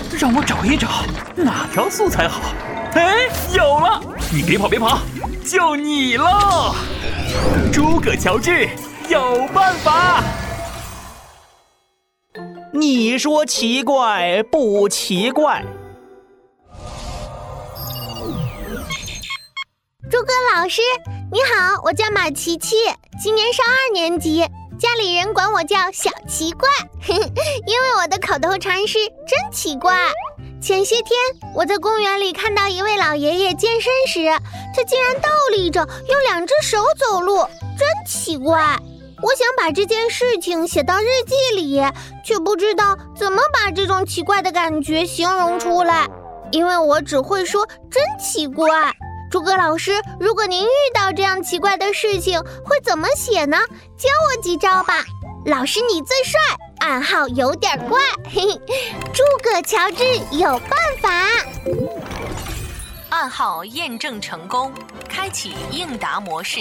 让我找一找哪条素材好。哎，有了！你别跑别跑，就你喽！诸葛乔治有办法。 你说奇怪不奇怪？ 诸葛老师你好，我叫马琪琪，今年上2年级，家里人管我叫小奇怪，因为我的口头禅是真奇怪。前些天我在公园里看到一位老爷爷健身时，他竟然倒立着用2只手走路，真奇怪。我想把这件事情写到日记里，却不知道怎么把这种奇怪的感觉形容出来，因为我只会说真奇怪。诸葛老师，如果您遇到这样奇怪的事情，会怎么写呢？教我几招吧。老师你最帅，暗号有点怪，嘿嘿。诸葛乔治有办法。 暗号验证成功，开启应答模式。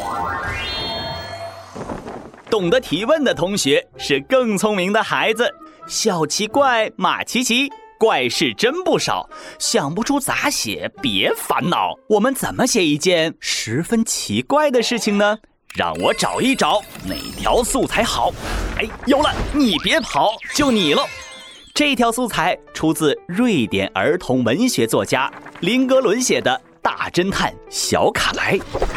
懂得提问的同学是更聪明的孩子。小奇怪马琪琪，怪事真不少，想不出咋写别烦恼。我们怎么写一件十分奇怪的事情呢？让我找一找哪条素材好。哎，有了，你别跑，就你了。这条素材出自瑞典儿童文学作家林格伦写的《大侦探小卡莱》。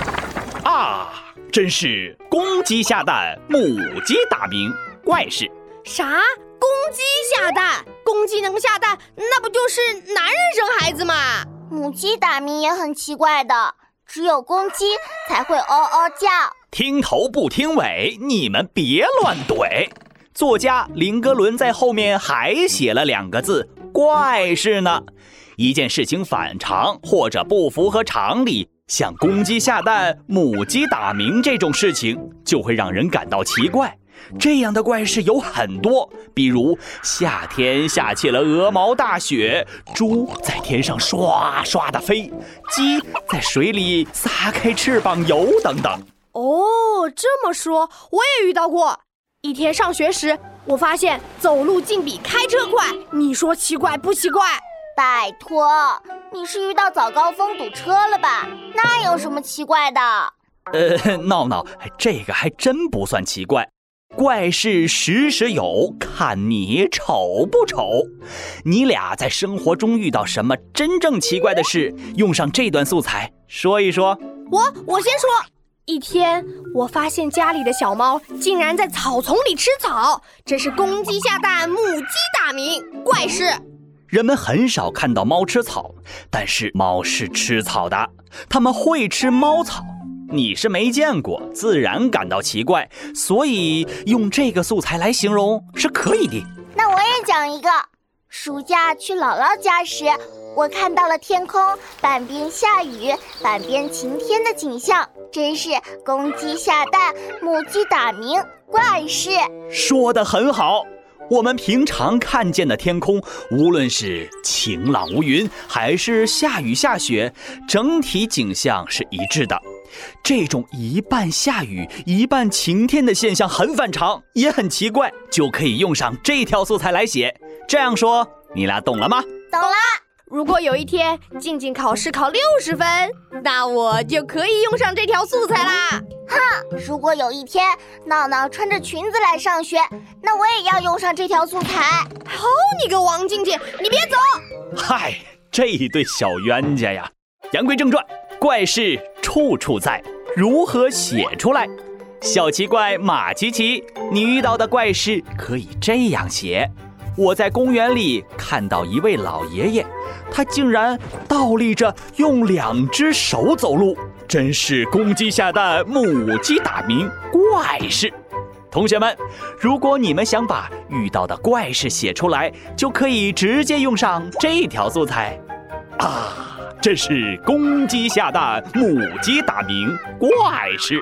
真是公鸡下蛋，母鸡打鸣，怪事。 啥？公鸡下蛋？公鸡能下蛋，那不就是男人生孩子吗？ 母鸡打鸣也很奇怪的，只有公鸡才会嗷嗷叫。 听头不听尾，你们别乱怼。作家林格伦在后面还写了2个字，怪事呢。一件事情反常或者不符合常理，像公鸡下蛋，母鸡打鸣这种事情，就会让人感到奇怪。这样的怪事有很多，比如夏天下起了鹅毛大雪，猪在天上刷刷地飞，鸡在水里撒开翅膀游等等。 哦，这么说我也遇到过。一天上学时，我发现走路竟比开车快，你说奇怪不奇怪？ 拜托，你是遇到早高峰堵车了吧？那有什么奇怪的？ 闹闹，这个还真不算奇怪。怪事时时有，看你丑不丑。你俩在生活中遇到什么真正奇怪的事，用上这段素材说一说。 我先说。一天，我发现家里的小猫竟然在草丛里吃草，这是公鸡下蛋，母鸡打鸣，怪事。 人们很少看到猫吃草，但是猫是吃草的，它们会吃猫草。你是没见过，自然感到奇怪，所以用这个素材来形容是可以的。 那我也讲一个。暑假去姥姥家时，我看到了天空半边下雨半边晴天的景象，真是公鸡下蛋，母鸡打鸣，怪事。 说得很好。我们平常看见的天空，无论是晴朗无云还是下雨下雪，整体景象是一致的。这种一半下雨一半晴天的现象很反常，也很奇怪，就可以用上这条素材来写。这样说，你俩懂了吗？ 懂了。 如果有一天静静考试考60分，那我就可以用上这条素材啦。 如果有一天闹闹穿着裙子来上学，那我也要用上这条素材。 好你个王静静，你别走。 嗨，这一对小冤家呀。言归正传，怪事处处在，如何写出来？小奇怪马琪琪，你遇到的怪事可以这样写。我在公园里看到一位老爷爷，他竟然倒立着用2只手走路，真是公鸡下蛋，母鸡打鸣，怪事。同学们，如果你们想把遇到的怪事写出来，就可以直接用上这条素材。这是公鸡下蛋，母鸡打鸣，怪事。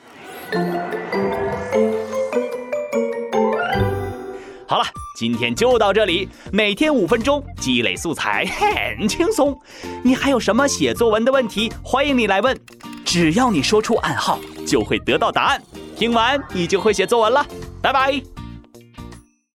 好了，今天就到这里。每天5分钟，积累素材很轻松。你还有什么写作文的问题，欢迎你来问。只要你说出暗号，就会得到答案。听完你就会写作文了。拜拜。